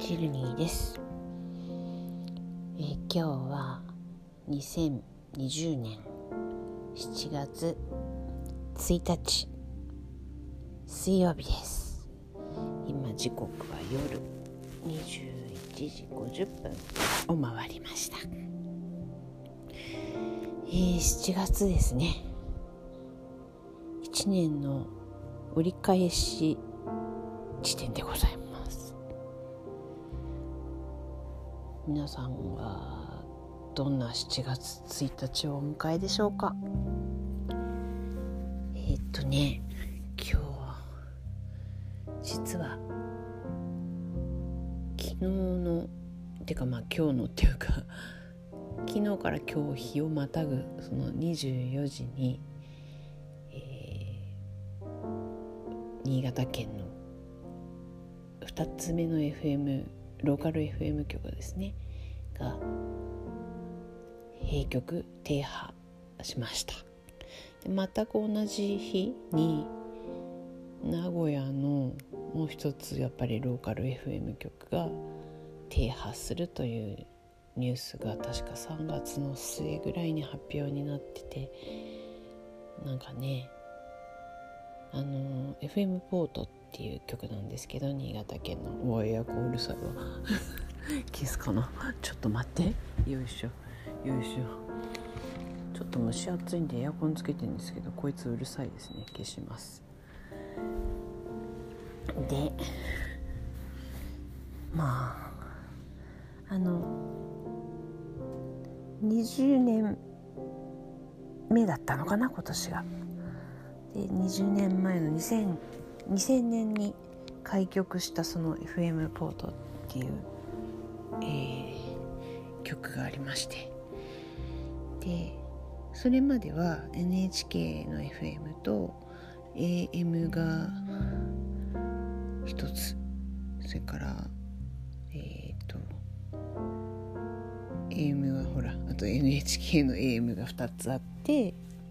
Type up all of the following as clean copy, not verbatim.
ジルニーです。今日は2020年7月1日水曜日です。今時刻は夜21時50分を回りました。7月ですね。1年の折り返し地点でございます。皆さんはどんな7月1日をお迎えでしょうか。今日実は昨日の今日のっていうか昨日から今日日をまたぐその24時に、新潟県の2つ目の ローカル FM 局ですねが閉局停波しました。で全く同じ日に名古屋のもう一つやっぱりローカル FM 局が停波するというニュースが確か3月の末ぐらいに発表になってて、なんかねFM ポートっていう曲なんですけど、新潟県のエアコンうるさいわ消すかな、ちょっと待って、よいしょちょっと蒸し暑いんでエアコンつけてるんですけど、こいつうるさいですね。消します。で20年目だったのかな今年が。で20年前の2000年に開局したその FM ポートっていう、曲がありまして、でそれまでは NHK の FM と AM が一つ、それからAM はあと NHK の AM が2つあって、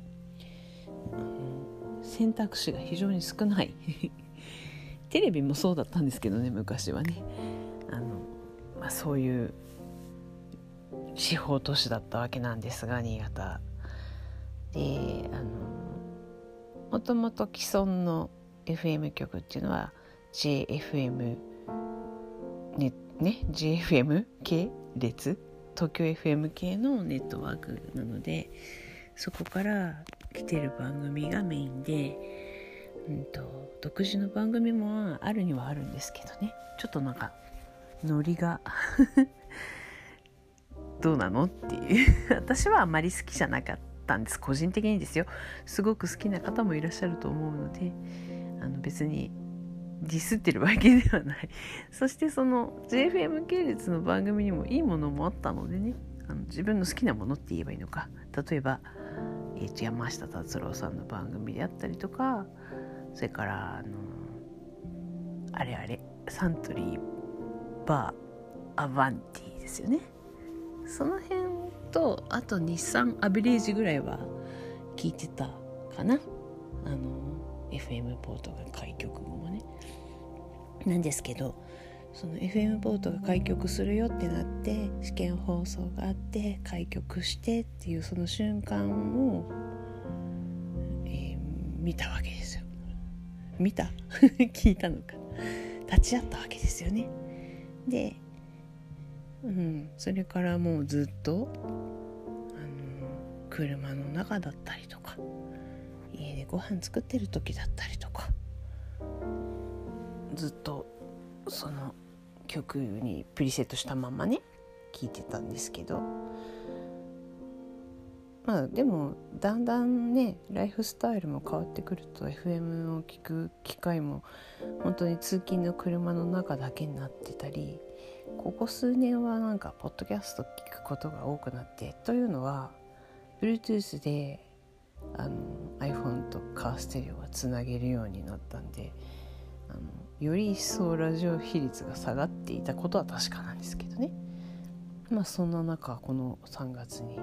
選択肢が非常に少ないテレビもそうだったんですけどね、昔はねそういう地方都市だったわけなんですが、新潟でもともと既存の FM 局っていうのは JFM ね JFM 系列東京 FM 系のネットワークなので、そこから来てる番組がメインで、独自の番組もあるにはあるんですけどね、ちょっとなんかノリがどうなのっていう私はあまり好きじゃなかったんです、個人的にですよ。すごく好きな方もいらっしゃると思うので、別にディスってるわけではない。そしてその JFM 系列の番組にもいいものもあったのでね、自分の好きなものって言えばいいのか、例えば、山下達郎さんの番組であったりとか、それからサントリーバーアバンティですよね。その辺とあと日産アベレージぐらいは聞いてたかな、FM ポートが開局後もね。なんですけど、その FM ポートが開局するよってなって試験放送があって開局してっていうその瞬間を、見たわけですよ。見た聞いたのか、立ち会ったわけですよね。で、それからもうずっと車の中だったりとか家でご飯作ってる時だったりとかずっとその曲にプリセットしたままね聴いてたんですけど、でもだんだんねライフスタイルも変わってくると FM を聴く機会も本当に通勤の車の中だけになってたり、ここ数年はなんかポッドキャスト聞くことが多くなって、というのは Bluetooth でiPhone とカーステレオがつなげるようになったんで、より一層ラジオ比率が下がっていたことは確かなんですけどね。そんな中この3月に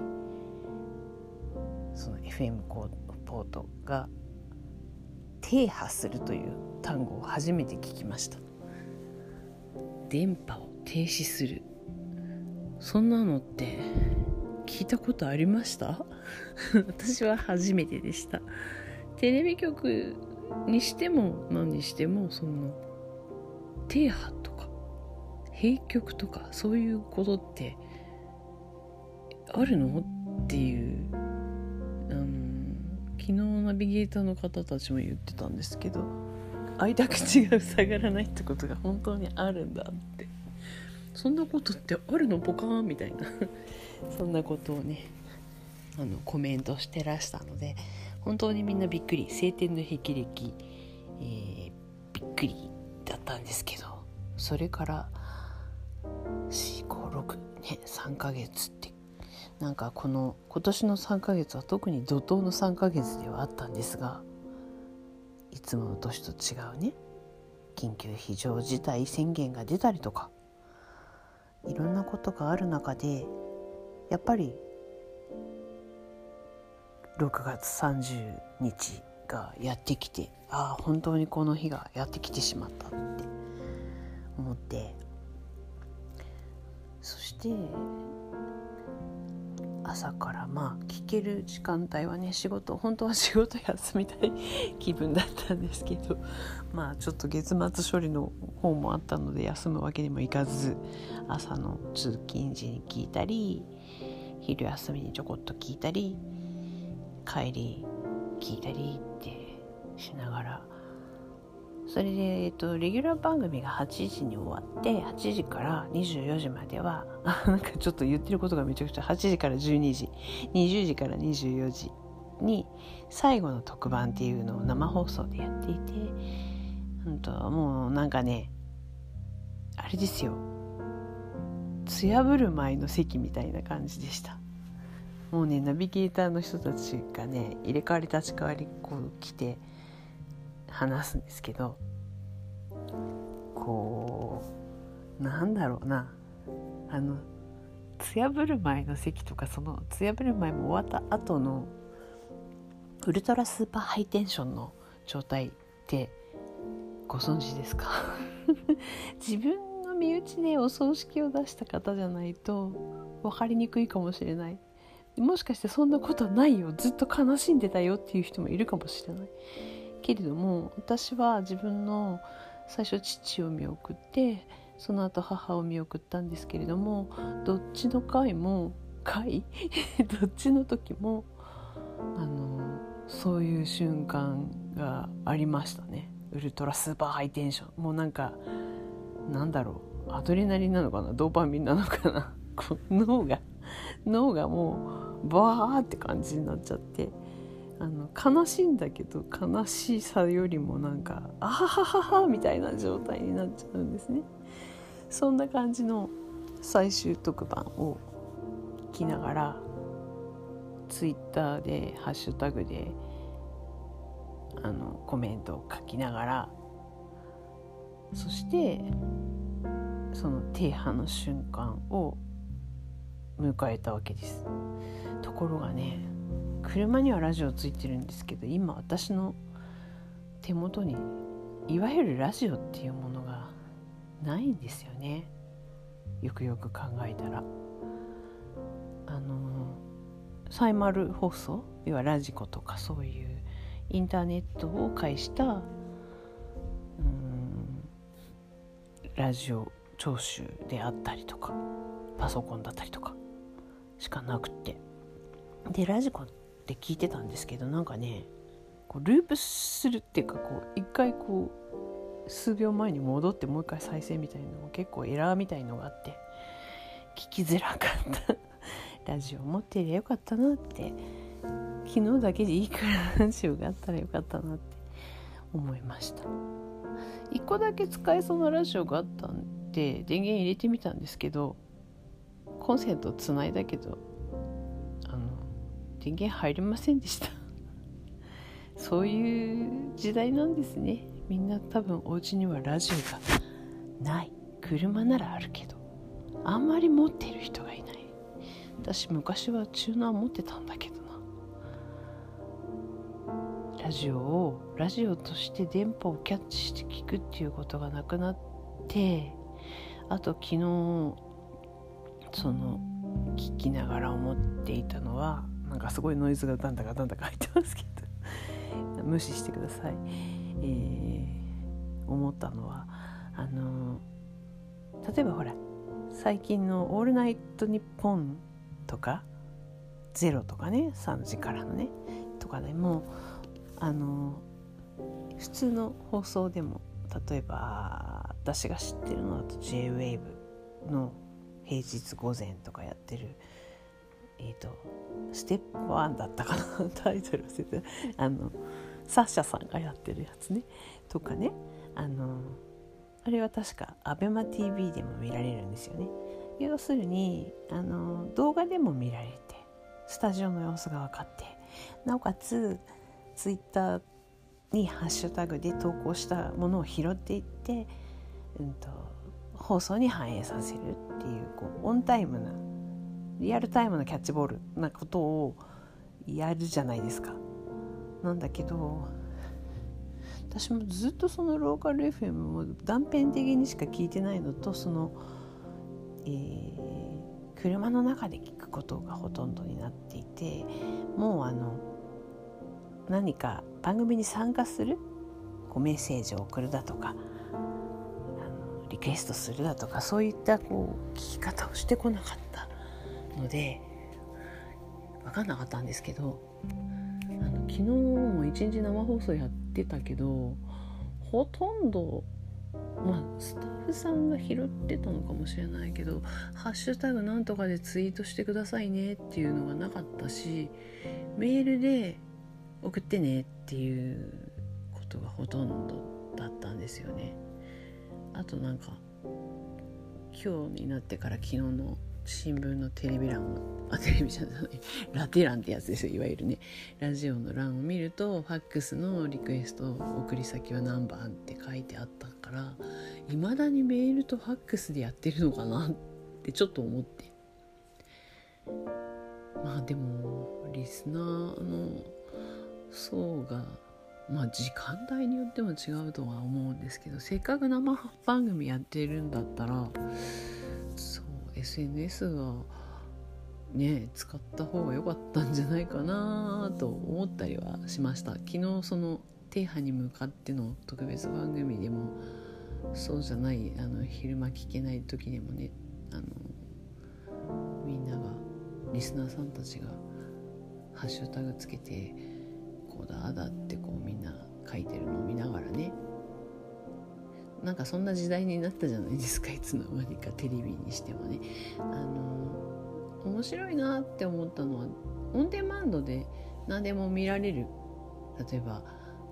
その FM ポートが停波するという単語を初めて聞きました。電波を停止する、そんなのって聞いたことありました私は初めてでした。テレビ局にしても何にしてもその停波とか閉局とかそういうことってあるのっていう、昨日ナビゲーターの方たちも言ってたんですけど、開いた口が塞がらないってことが本当にあるんだって、そんなことってあるのポカーンみたいなそんなことをねコメントしてらしたので、本当にみんなびっくり、晴天の霹靂、びっくりだったんですけど、それから4、5、6、ね、3ヶ月ってなんか今年の3ヶ月は特に怒涛の3ヶ月ではあったんですが、いつもの年と違うね、緊急非常事態宣言が出たりとかいろんなことがある中で、やっぱり6月30日がやってきて、本当にこの日がやってきてしまったって思って、そして朝から聞ける時間帯はね、本当は仕事休みたい気分だったんですけど、ちょっと月末処理の方もあったので休むわけにもいかず、朝の通勤時に聞いたり、昼休みにちょこっと聞いたり、帰り聞いたりってしながら、それで、レギュラー番組が8時に終わって、8時から24時まではなんかちょっと言ってることがめちゃくちゃ、8時から12時、20時から24時に最後の特番っていうのを生放送でやっていて、もうなんかね、あれですよ、つやぶる舞の席みたいな感じでした。もうね、ナビゲーターの人たちがね、入れ替わり立ち替わりこう来て話すんですけど、なんだろうな、つやぶる舞の席とか、そのつやぶる舞も終わった後のウルトラスーパーハイテンションの状態ってご存知ですか自分の身内でお葬式を出した方じゃないと分かりにくいかもしれない。もしかしてそんなことないよ、ずっと悲しんでたよっていう人もいるかもしれないけれども、私は自分の最初父を見送って、その後母を見送ったんですけれども、どっちの時もそういう瞬間がありましたね。ウルトラスーパーハイテンション、もうなんかなんだろう、アドレナリンなのかな、ドーパミンなのかな脳がもうバーって感じになっちゃって、悲しいんだけど、悲しさよりもなんかあははははみたいな状態になっちゃうんですね。そんな感じの最終特番を聞きながら、ツイッターでハッシュタグでコメントを書きながら、そしてその停波の瞬間を迎えたわけです。ところがね、車にはラジオついてるんですけど、今私の手元にいわゆるラジオっていうものがないんですよね。よくよく考えたらサイマル放送、要はラジコとかそういうインターネットを介したラジオ聴取であったりとか、パソコンだったりとかしかなくて、でラジコって聞いてたんですけど、なんかね、ループするっていうか、一回数秒前に戻ってもう一回再生みたいなのも結構エラーみたいのがあって、聞きづらかったラジオ持ってりゃよかったなって、昨日だけでいいからラジオがあったらよかったなって思いました。一個だけ使えそうなラジオがあったんで電源入れてみたんですけど、コンセントつないだけど電源入りませんでしたそういう時代なんですね。みんな多分お家にはラジオがない。車ならあるけどあんまり持ってる人がいない。私昔はチューナー持ってたんだけどな。ラジオとして電波をキャッチして聞くっていうことがなくなって、 あと昨日その聞きながら思っていたのは、なんかすごいノイズがだんだか入ってますけど無視してください。思ったのは例えばほら最近のオールナイトニッポンとかゼロとかね、3時からのねとかでも普通の放送でも、例えば私が知ってるのだと J-WAVE の平日午前とかやってるステップ1だったかなタイトル忘れてサッシャさんがやってるやつねとかね、あれは確か ABEMATV でも見られるんですよね。要するに動画でも見られて、スタジオの様子が分かって、なおかつツイッターにハッシュタグで投稿したものを拾っていって、放送に反映させるっていう、オンタイムなリアルタイムのキャッチボールなことをやるじゃないですか。なんだけど私もずっとそのローカル FM を断片的にしか聞いてないのと、車の中で聞くことがほとんどになっていて、もう何か番組に参加する、メッセージを送るだとかリクエストするだとか、そういった聞き方をしてこなかったので分かんなかったんですけど、昨日も一日生放送やってたけど、ほとんどスタッフさんが拾ってたのかもしれないけど、ハッシュタグなんとかでツイートしてくださいねっていうのがなかったし、メールで送ってねっていうことがほとんどだったんですよね。あとなんか今日になってから昨日の新聞のテレビ欄をテレビじゃないラテ欄ってやつですよ、いわゆるねラジオの欄を見ると、ファックスのリクエスト送り先は何番って書いてあったから、いまだにメールとファックスでやってるのかなってちょっと思って、でもリスナーの層が時間帯によっても違うとは思うんですけど、せっかく生番組やってるんだったらSNS がね使った方が良かったんじゃないかなと思ったりはしました。昨日その停波に向かっての特別番組でもそうじゃない、昼間聞けない時でもね、みんながリスナーさんたちがハッシュタグつけてこうだあだってみんな書いてるのを見ながらね、なんかそんな時代になったじゃないですか、いつの間にかテレビにしてもね。面白いなって思ったのは、オンデマンドで何でも見られる、例えば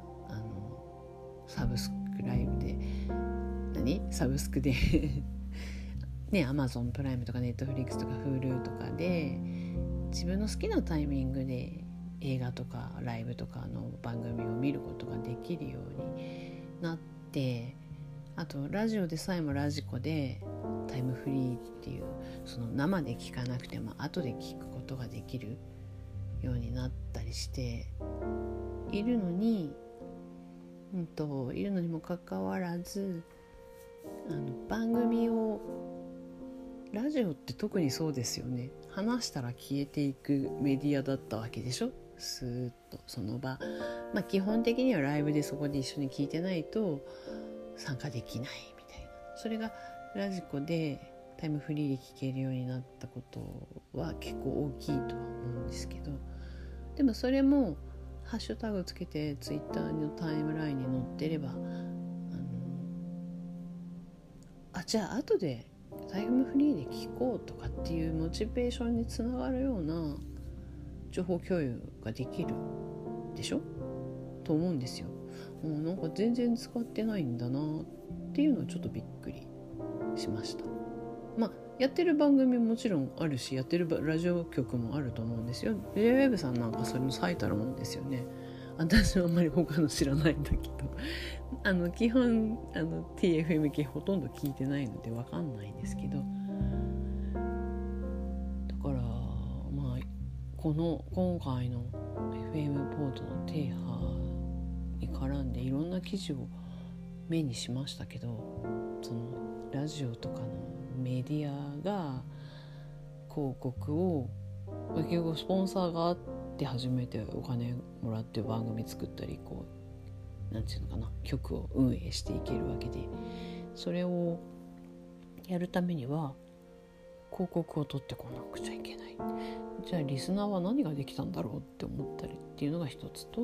サブスクライブでサブスクでね、Amazon プライムとか Netflix とか Hulu とかで自分の好きなタイミングで映画とかライブとかの番組を見ることができるようになって、あとラジオでさえもラジコでタイムフリーっていう、その生で聞かなくても後で聞くことができるようになったりしているのに、いるのにもかかわらず番組を、ラジオって特にそうですよね、話したら消えていくメディアだったわけでしょ。スーッとその場、基本的にはライブでそこで一緒に聞いてないと参加できないみたいな、それがラジコでタイムフリーで聞けるようになったことは結構大きいとは思うんですけど、でもそれもハッシュタグつけてツイッターのタイムラインに載ってれば、じゃあ後でタイムフリーで聞こうとかっていうモチベーションにつながるような情報共有ができるでしょと思うんですよ。なんか全然使ってないんだなっていうのはちょっとびっくりしました。やってる番組ももちろんあるし、やってるラジオ局もあると思うんですよ。J-WAVE さんなんかそれの最たるもんですよね。私はあんまり他の知らないんだけど基本TFM 系ほとんど聞いてないので分かんないんですけど、だから今回の FM ポートの停波に絡んでいろんな記事を目にしましたけど、そのラジオとかのメディアが広告を結局スポンサーがあって初めてお金もらって番組作ったりこうなんていうのかな局を運営していけるわけで、それをやるためには広告を取ってこなくちゃいけない。じゃあリスナーは何ができたんだろうって思ったりっていうのが一つと、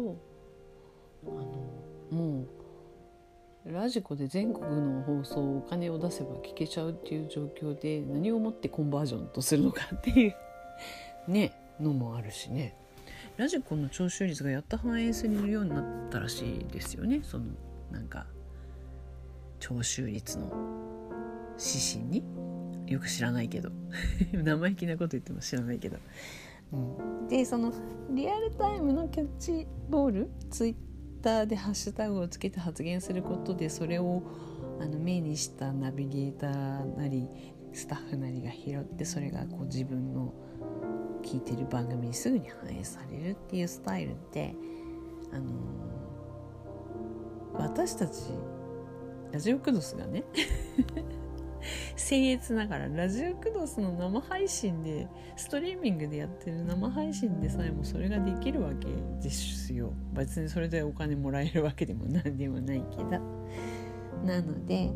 もうラジコで全国の放送をお金を出せば聞けちゃうっていう状況で何をもってコンバージョンとするのかっていうねのもあるしね。ラジコの聴取率がやっと反映されるようになったらしいですよね。そのなんか聴取率の指針によく知らないけど生意気なこと言っても知らないけど、でそのリアルタイムのキャッチボールツイッターでハッシュタグをつけて発言することでそれを目にしたナビゲーターなりスタッフなりが拾ってそれがこう自分の聞いてる番組にすぐに反映されるっていうスタイルって私たちラジオクドスがね僭越ながらラジオクドスの生配信でストリーミングでやってる生配信でさえもそれができるわけですよ。別にそれでお金もらえるわけでもなんでもないけど、なので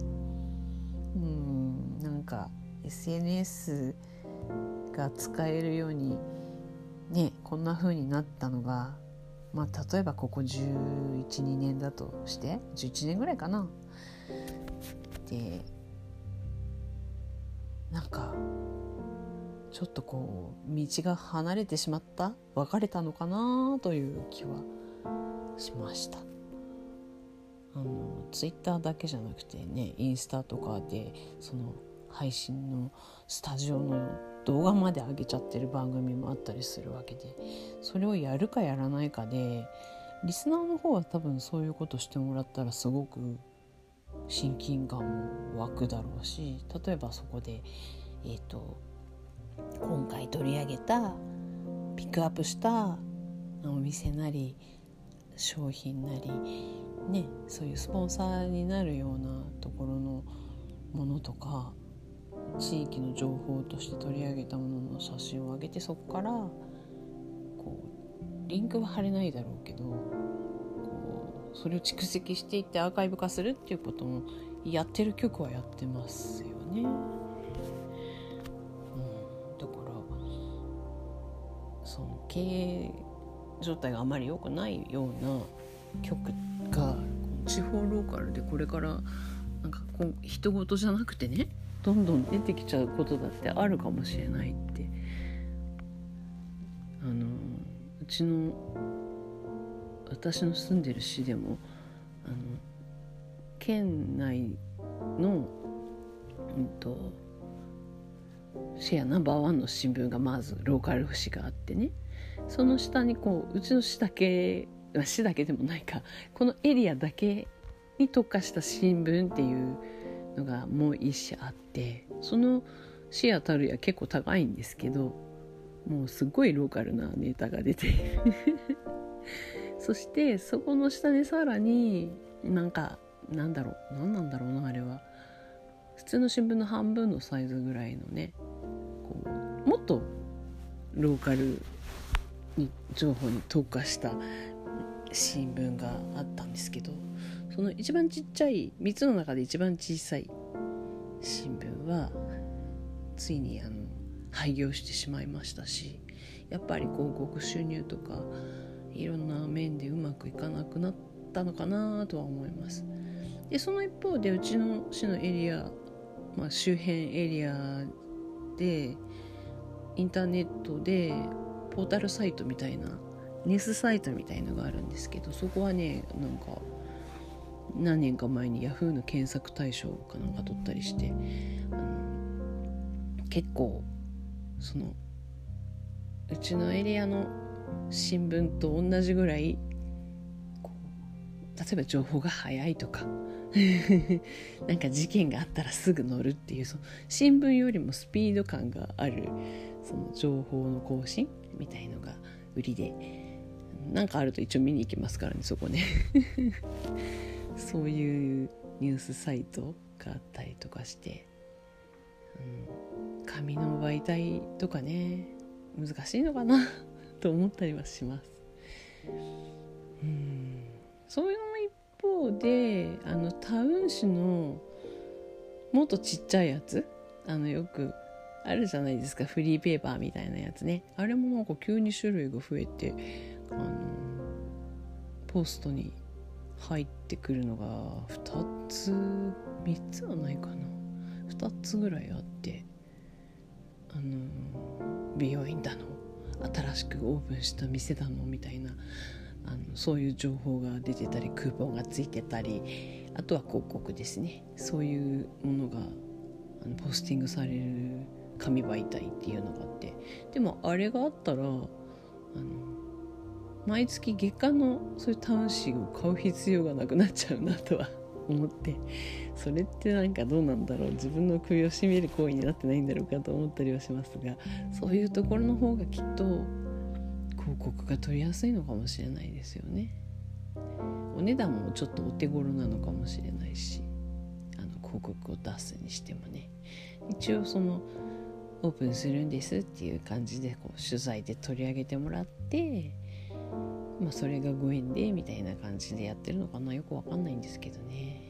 なんか SNS が使えるようにねこんな風になったのが例えばここ 11,2 年だとして11年ぐらいかな。でなんかちょっとこう道が離れてしまった別れたのかなという気はしました。ツイッターだけじゃなくてねインスタとかでその配信のスタジオの動画まで上げちゃってる番組もあったりするわけで、それをやるかやらないかでリスナーの方は多分そういうことしてもらったらすごく親近感も湧くだろうし、例えばそこで、今回取り上げたピックアップしたお店なり商品なりね、そういうスポンサーになるようなところのものとか地域の情報として取り上げたものの写真を上げて、そこからこうリンクは貼れないだろうけどそれを蓄積していってアーカイブ化するっていうこともやってる局はやってますよね。だからその経営状態があまり良くないような局が地方ローカルでこれからなんかこう人事じゃなくてねどんどん出てきちゃうことだってあるかもしれないってうちの私の住んでる市でも県内の、シェアナンバーワンの新聞がまずローカル紙があってね、その下にうちの市だけでもないかこのエリアだけに特化した新聞っていうのがもう一紙あって、そのシェアたるや結構高いんですけどもうすごいローカルなネタが出ているそしてそこの下にさらに何なんだろうな、あれは普通の新聞の半分のサイズぐらいのねもっとローカルに情報に特化した新聞があったんですけど、その一番ちっちゃい3つの中で一番小さい新聞はついに廃業してしまいましたし、やっぱり広告収入とかいろんな面でうまくいかなくなったのかなとは思います。でその一方でうちの市のエリア、周辺エリアでインターネットでポータルサイトみたいなニュースサイトみたいのがあるんですけど、そこはねなんか何年か前にヤフーの検索対象かなんか取ったりして結構そのうちのエリアの新聞と同じぐらい例えば情報が早いとかなんか事件があったらすぐ載るっていう、その新聞よりもスピード感があるその情報の更新みたいのが売りで、なんかあると一応見に行きますからねそこねそういうニュースサイトがあったりとかして、 紙の媒体とかね難しいのかなと思ったりはします。そういう一方でタウン誌のもっとちっちゃいやつよくあるじゃないですか、フリーペーパーみたいなやつね。あれもなんか急に種類が増えてポストに入ってくるのが2つ3つはないかな、2つぐらいあって、美容院だの新しくオープンした店だのみたいなそういう情報が出てたりクーポンがついてたり、あとは広告ですね、そういうものがポスティングされる紙媒体っていうのがあって、でもあれがあったら毎月月間のそういうタウン誌を買う必要がなくなっちゃうなとは思って、それってなんかどうなんだろう、自分の首を絞める行為になってないんだろうかと思ったりはしますが、そういうところの方がきっと広告が取りやすいのかもしれないですよね。お値段もちょっとお手頃なのかもしれないし、広告を出すにしてもね、一応そのオープンするんですっていう感じでこう取材で取り上げてもらって、それがご縁でみたいな感じでやってるのかな、よくわかんないんですけどね。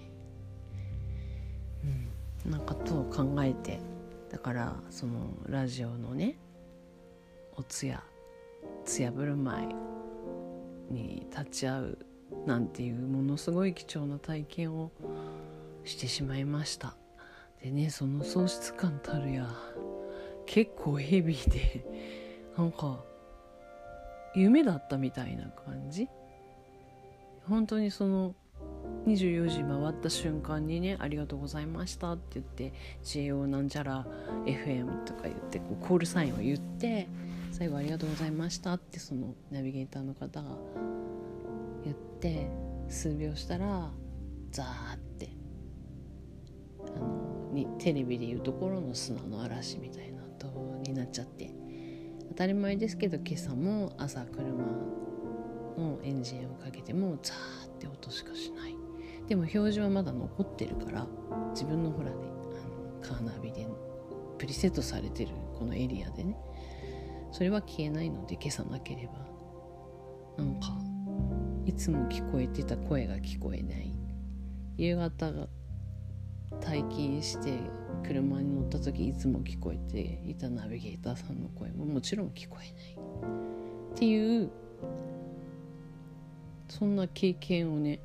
なんかと考えて、だからそのラジオのねおつや振る舞いに立ち会うなんていうものすごい貴重な体験をしてしまいました。でね、その喪失感たるや結構ヘビーで、なんか夢だったみたいな感じ。本当にその24時回った瞬間にね、ありがとうございましたって言って JO なんちゃら FM とか言ってこうコールサインを言って、最後ありがとうございましたってそのナビゲーターの方が言って、数秒したらザーってテレビでいうところの砂の嵐みたいな音になっちゃって、当たり前ですけど今朝も朝車のエンジンをかけてもザーって音しかしない。でも表示はまだ残ってるから、自分のほらねカーナビでプリセットされてるこのエリアでね、それは消えないので消さなければ、なんかいつも聞こえてた声が聞こえない。夕方が退勤して車に乗った時いつも聞こえていたナビゲーターさんの声ももちろん聞こえないっていう、そんな経験をね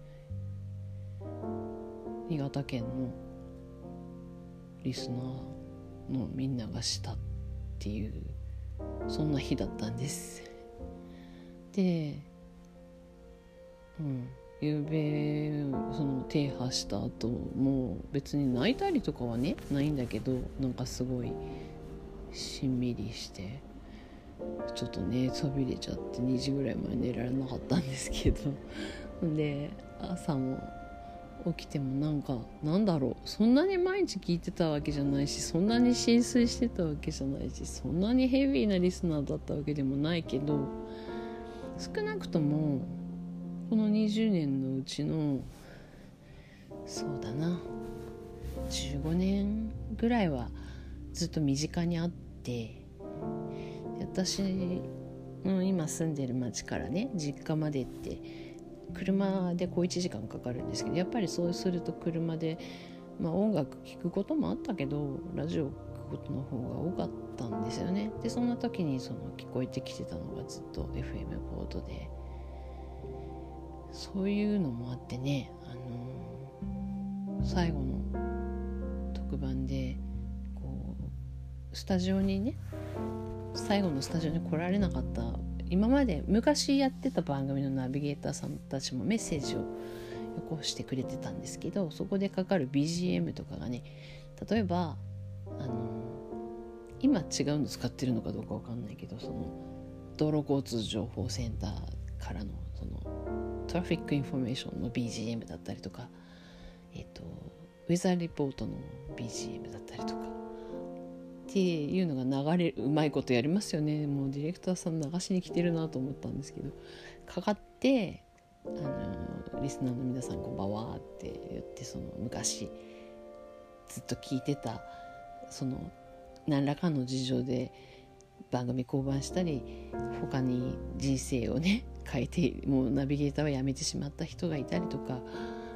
新潟県のリスナーのみんながしたっていう、そんな日だったんです。で、夕べその停波した後も別に泣いたりとかはねないんだけど、なんかすごいしんみりしてちょっとねそびれちゃって2時ぐらいまで寝られなかったんですけどで朝も起きてもなんだろう、そんなに毎日聞いてたわけじゃないし、そんなに浸水してたわけじゃないし、そんなにヘビーなリスナーだったわけでもないけど、少なくともこの20年のうちのそうだな15年ぐらいはずっと身近にあって、私の今住んでる町からね実家までって車で1時間かかるんですけど、やっぱりそうすると車で、音楽聴くこともあったけどラジオ聴くことの方が多かったんですよね。でそんな時にその聞こえてきてたのがずっと FM ポートで、そういうのもあってね、最後の特番でこうスタジオにね、最後のスタジオに来られなかった今まで昔やってた番組のナビゲーターさんたちもメッセージをよこしてくれてたんですけど、そこでかかる BGM とかがね、例えば今違うの使ってるのかどうかわかんないけど、その道路交通情報センターからのそのトラフィックインフォメーションの BGM だったりとか、ウェザーリポートの BGM だったりとかっていうのが流れる、うまいことやりますよね。もうディレクターさん流しに来てるなと思ったんですけど、かかってリスナーの皆さんこんばんはって言って、その昔ずっと聞いてたその何らかの事情で番組降板したり、他に人生をね変えて、もうナビゲーターは辞めてしまった人がいたりとか、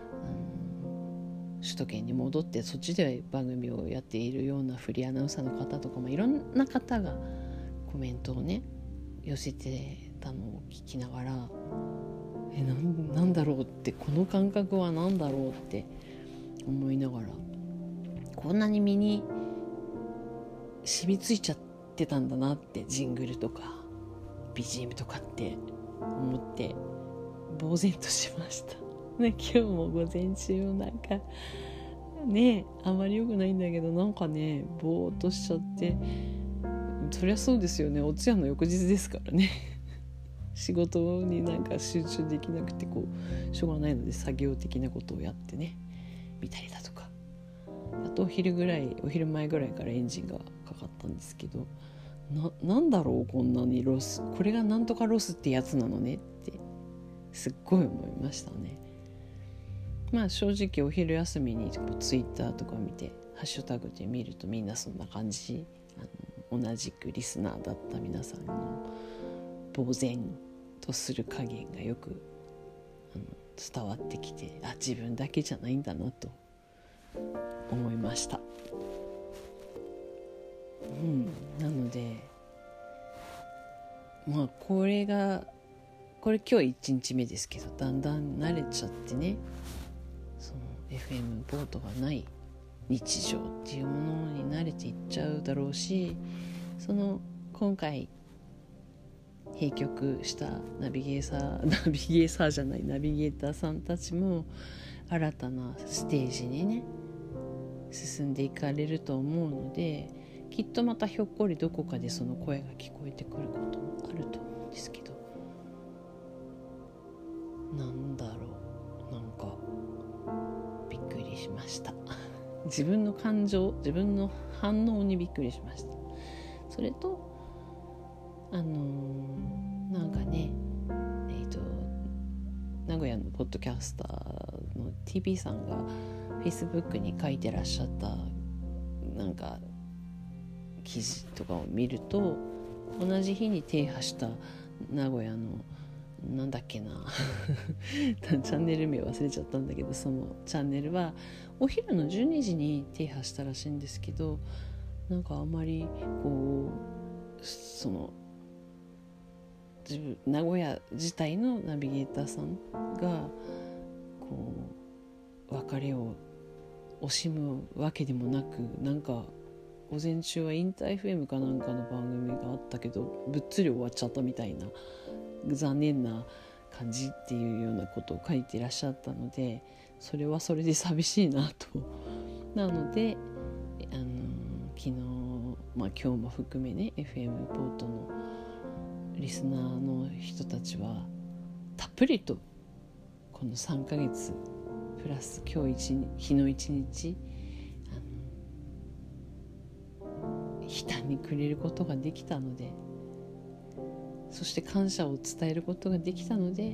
首都圏に戻ってそっちで番組をやっているようなフリーアナウンサーの方とかもいろんな方がコメントをね寄せてたのを聞きながら、なんだろうって、この感覚は何だろうって思いながら、こんなに身に染みついちゃってたんだなって、ジングルとか BGM とかって思って呆然としましたね。今日も午前中なんかねあまり良くないんだけど、なんかねぼーっとしちゃって、そりゃそうですよね、お通夜の翌日ですからね仕事になんか集中できなくてしょうがないので作業的なことをやってね見たりだとか、あとお昼前ぐらいからエンジンがかかったんですけど、なんだろうこんなにロス、これがなんとかロスってやつなのねってすっごい思いましたね。正直お昼休みにツイッターとか見てハッシュタグで見るとみんなそんな感じ、同じくリスナーだった皆さんの呆然とする加減がよく伝わってきて、自分だけじゃないんだなと思いました。なのでこれ今日1日目ですけど、だんだん慣れちゃってね、その FM ポートがない日常っていうものに慣れていっちゃうだろうし、今回閉局したナビゲーターさんたちも新たなステージにね進んでいかれると思うので、きっとまたひょっこりどこかでその声が聞こえてくることもあると思うんですけど、なんだろう、なんかびっくりしました自分の感情、自分の反応にびっくりしました。それとなんかね名古屋のポッドキャスターの TP さんが Facebook に書いてらっしゃったなんか記事とかを見ると、同じ日に停波した名古屋のなんだっけなチャンネル名忘れちゃったんだけど、そのチャンネルはお昼の12時に停波したらしいんですけど、なんかあまり名古屋自体のナビゲーターさんが別れを惜しむわけでもなく、なんか午前中はインター FM かなんかの番組があったけどぶっつり終わっちゃったみたいな残念な感じっていうようなことを書いていらっしゃったので、それはそれで寂しいなと。なので昨日、今日も含めね FM ポートのリスナーの人たちはたっぷりとこの3ヶ月プラス今日日の1日悲嘆にくれることができたので、そして感謝を伝えることができたので、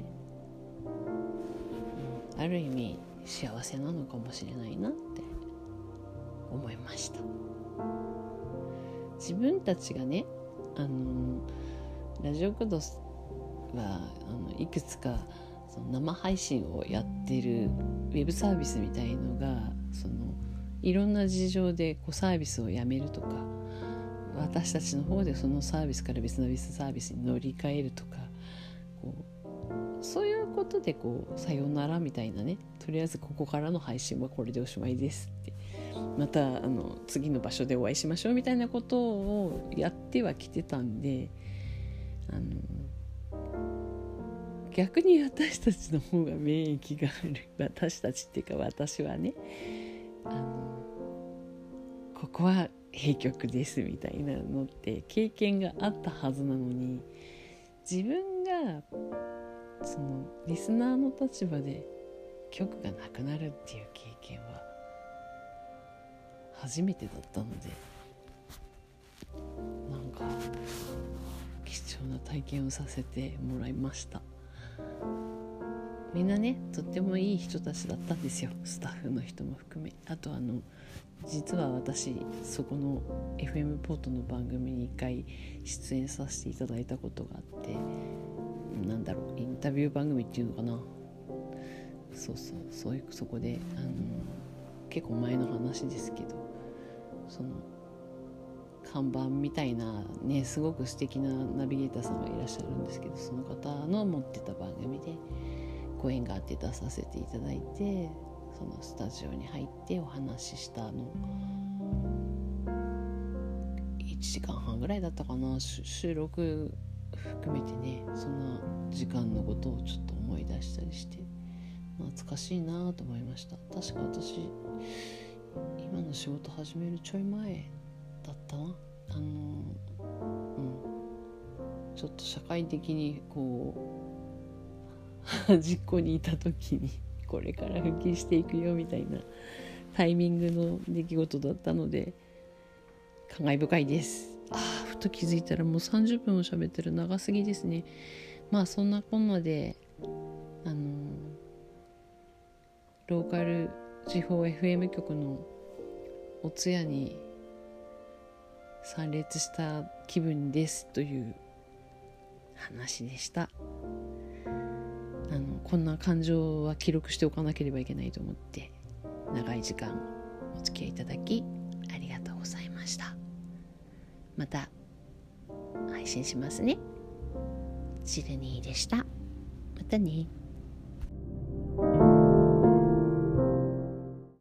ある意味幸せなのかもしれないなって思いました。自分たちがねラジオクドスはいくつかその生配信をやってるウェブサービスみたいのがいろんな事情でサービスをやめるとか、私たちの方でそのサービスから別のサービスに乗り換えるとか、そういうことでさよならみたいなね、とりあえずここからの配信はこれでおしまいですって、また次の場所でお会いしましょうみたいなことをやってはきてたんで、逆に私たちの方が免疫がある、私たちっていうか私はね、ここは閉局ですみたいなのって経験があったはずなのに、自分がそのリスナーの立場で局がなくなるっていう経験は初めてだったので、なんか貴重な体験をさせてもらいました。 みんなねとってもいい人たちだったんですよ、スタッフの人も含め。あと実は私そこの FM ポートの番組に1回出演させていただいたことがあって、インタビュー番組っていうのかな、そこで結構前の話ですけど、その看板みたいなね、すごく素敵なナビゲーターさんがいらっしゃるんですけど、その方の持ってた番組でご縁があって出させていただいて、そのスタジオに入ってお話しした1時間半ぐらいだったかな、収録含めてね、そんな時間のことをちょっと思い出したりして懐かしいなと思いました。確か私今の仕事始めるちょい前だったな。ちょっと社会的に実行にいた時にこれから復帰していくよみたいなタイミングの出来事だったので感慨深いです。ふと気づいたらもう30分も喋ってる、長すぎですね。そんなこんなでローカル地方 FM 局のお通夜に参列した気分ですという話でした。こんな感情は記録しておかなければいけないと思って長い時間お付き合いいただきありがとうございました。また配信しますね。シルニーでした。またね。